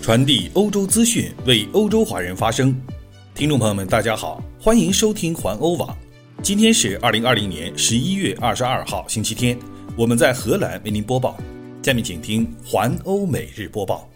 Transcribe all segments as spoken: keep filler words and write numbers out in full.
传递欧洲资讯，为欧洲华人发声。听众朋友们，大家好，欢迎收听环欧网。今天是二零二零年十一月二十二号，星期天，我们在荷兰为您播报。下面请听环欧每日播报。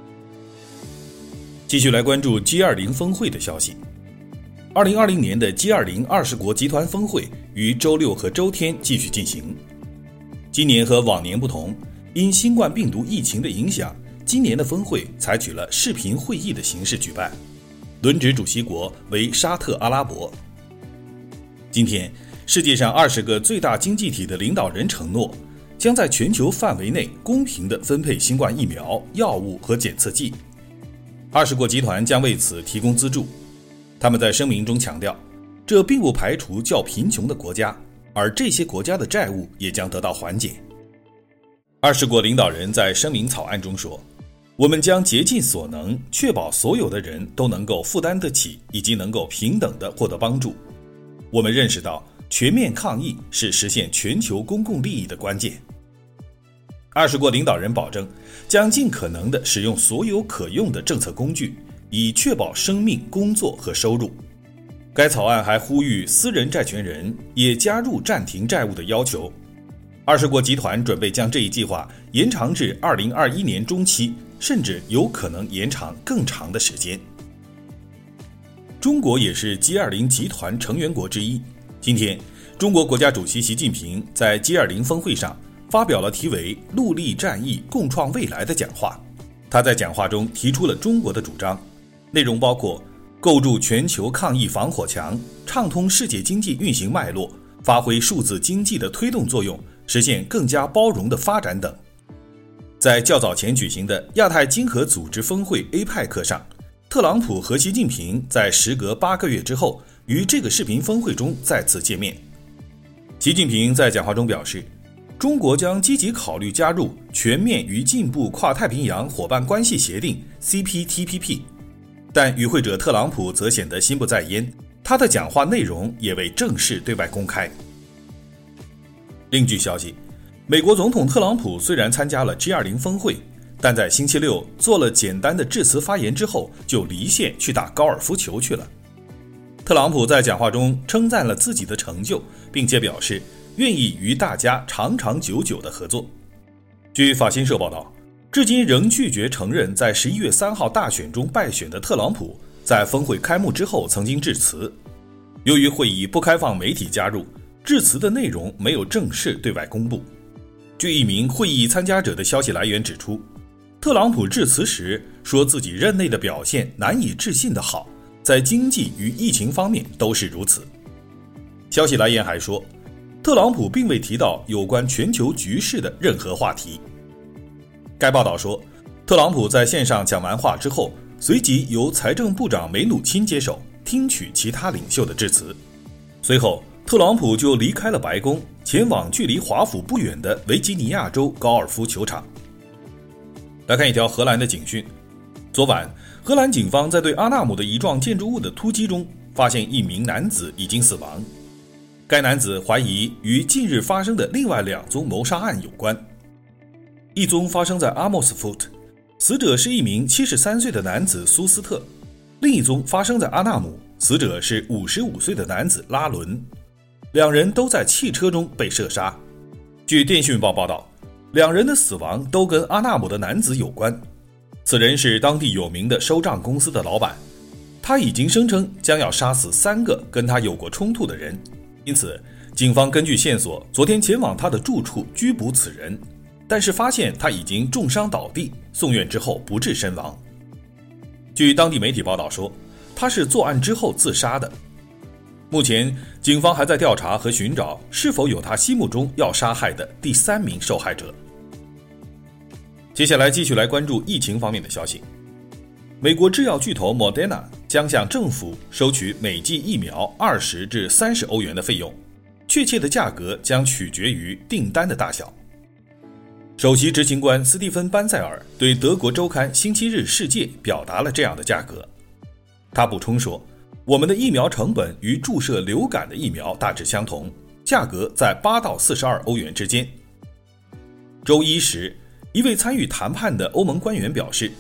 继续来关注 G 二十 峰会的消息。二零二零年的 G 二十 二十国集团峰会于周六和周天继续进行。今年和往年不同，因新冠病毒疫情的影响，今年的峰会采取了视频会议的形式举办，轮值主席国为沙特阿拉伯。今天，世界上二十个最大经济体的领导人承诺，将在全球范围内公平地分配新冠疫苗、药物和检测剂。二十国集团将为此提供资助。他们在声明中强调，这并不排除较贫穷的国家，而这些国家的债务也将得到缓解。二十国领导人在声明草案中说，我们将竭尽所能，确保所有的人都能够负担得起，以及能够平等地获得帮助。我们认识到，全面抗疫是实现全球公共利益的关键。二十国领导人保证，将尽可能地使用所有可用的政策工具，以确保生命、工作和收入。该草案还呼吁私人债权人也加入暂停债务的要求。二十国集团准备将这一计划延长至二零二一年中期，甚至有可能延长更长的时间。中国也是 G 二十 集团成员国之一。今天，中国国家主席习近平在 G 二十 峰会上发表了题为“陆力战役，共创未来”的讲话。他在讲话中提出了中国的主张，内容包括构筑全球抗疫防火墙，畅通世界经济运行脉络，发挥数字经济的推动作用，实现更加包容的发展等。在较早前举行的亚太经合组织峰会 A P E C 上，特朗普和习近平在时隔八个月之后于这个视频峰会中再次见面。习近平在讲话中表示，中国将积极考虑加入全面与进步跨太平洋伙伴关系协定 C P T P P， 但与会者特朗普则显得心不在焉，他的讲话内容也未正式对外公开。另据消息，美国总统特朗普虽然参加了 G 二十 峰会，但在星期六做了简单的致辞发言之后，就离线去打高尔夫球去了。特朗普在讲话中称赞了自己的成就，并且表示愿意与大家长长久久的合作。据法新社报道，至今仍拒绝承认在十一月三号大选中败选的特朗普，在峰会开幕之后曾经致辞。由于会议不开放媒体加入，致辞的内容没有正式对外公布。据一名会议参加者的消息来源指出，特朗普致辞时说自己任内的表现难以置信的好，在经济与疫情方面都是如此。消息来源还说，特朗普并未提到有关全球局势的任何话题。该报道说，特朗普在线上讲完话之后，随即由财政部长梅努钦接手，听取其他领袖的致辞。随后，特朗普就离开了白宫，前往距离华府不远的维吉尼亚州高尔夫球场。来看一条荷兰的警讯。昨晚，荷兰警方在对阿纳姆的一幢建筑物的突击中，发现一名男子已经死亡。该男子怀疑与近日发生的另外两宗谋杀案有关。一宗发生在阿莫斯福特，死者是一名七十三岁的男子苏斯特；另一宗发生在阿纳姆，死者是五十五岁的男子拉伦。两人都在汽车中被射杀。据电讯报报道，两人的死亡都跟阿纳姆的男子有关。此人是当地有名的收账公司的老板，他已经声称将要杀死三个跟他有过冲突的人，因此警方根据线索昨天前往他的住处拘捕此人，但是发现他已经重伤倒地，送院之后不治身亡。据当地媒体报道说，他是作案之后自杀的。目前警方还在调查和寻找是否有他心目中要杀害的第三名受害者。接下来继续来关注疫情方面的消息。美国制药巨头 Moderna 将向政府收取每剂疫苗二十至三十欧元的费用，确切的价格将取决于订单的大小。首席执行官斯蒂芬·班塞尔对德国周刊《星期日世界》表达了这样的价格。他补充说，我们的疫苗成本与注射流感的疫苗大致相同，价格在八到四十二欧元之间。周一时，一位参与谈判的欧盟官员表示，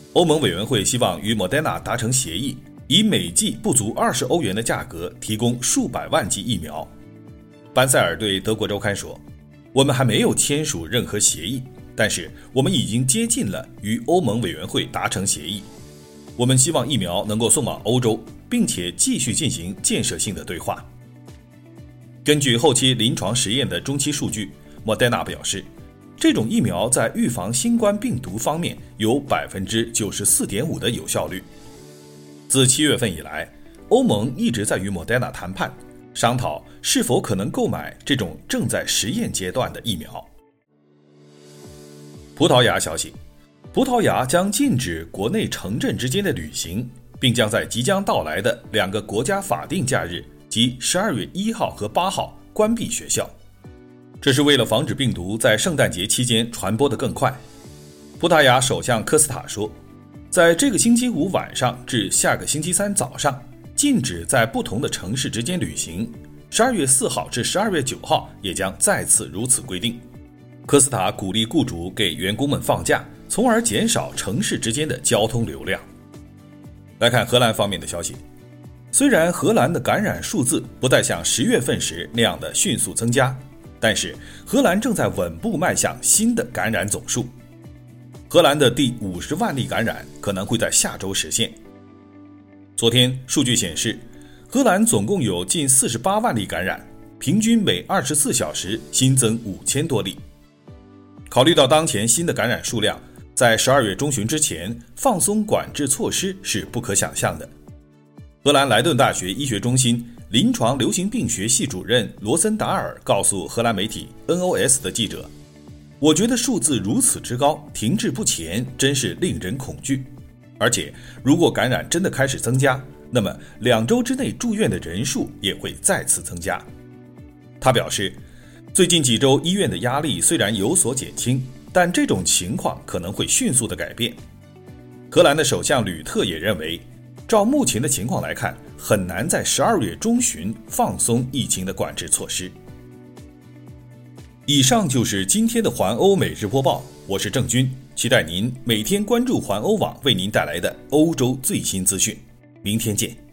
欧盟委员会希望与 Moderna 达成协议，以每剂不足二十欧元的价格提供数百万剂疫苗。班塞尔对德国周刊说，我们还没有签署任何协议，但是我们已经接近了与欧盟委员会达成协议。我们希望疫苗能够送往欧洲，并且继续进行建设性的对话。根据后期临床实验的中期数据， Moderna 表示，这种疫苗在预防新冠病毒方面有 百分之九十四点五 的有效率。自七月份以来，欧盟一直在与 Moderna 谈判，商讨是否可能购买这种正在实验阶段的疫苗。葡萄牙消息，葡萄牙将禁止国内城镇之间的旅行，并将在即将到来的两个国家法定假日，即十二月一号和八号关闭学校。这是为了防止病毒在圣诞节期间传播得更快。葡萄牙首相科斯塔说，在这个星期五晚上至下个星期三早上，禁止在不同的城市之间旅行，十二月四号至十二月九号也将再次如此规定。科斯塔鼓励雇主给员工们放假，从而减少城市之间的交通流量。来看荷兰方面的消息，虽然荷兰的感染数字不再像十月份时那样的迅速增加，但是荷兰正在稳步迈向新的感染总数。荷兰的第五十万例感染可能会在下周实现。昨天数据显示，荷兰总共有近四十八万例感染，平均每二十四小时新增五千多例。考虑到当前新的感染数量，在十二月中旬之前放松管制措施是不可想象的。荷兰莱顿大学医学中心临床流行病学系主任罗森达尔告诉荷兰媒体 N O S 的记者，我觉得数字如此之高，停滞不前，真是令人恐惧。而且如果感染真的开始增加，那么两周之内住院的人数也会再次增加。他表示，最近几周医院的压力虽然有所减轻，但这种情况可能会迅速的改变。荷兰的首相吕特也认为，照目前的情况来看，很难在十二月中旬放松疫情的管制措施。以上就是今天的环欧每日播报，我是郑军，期待您每天关注环欧网为您带来的欧洲最新资讯。明天见。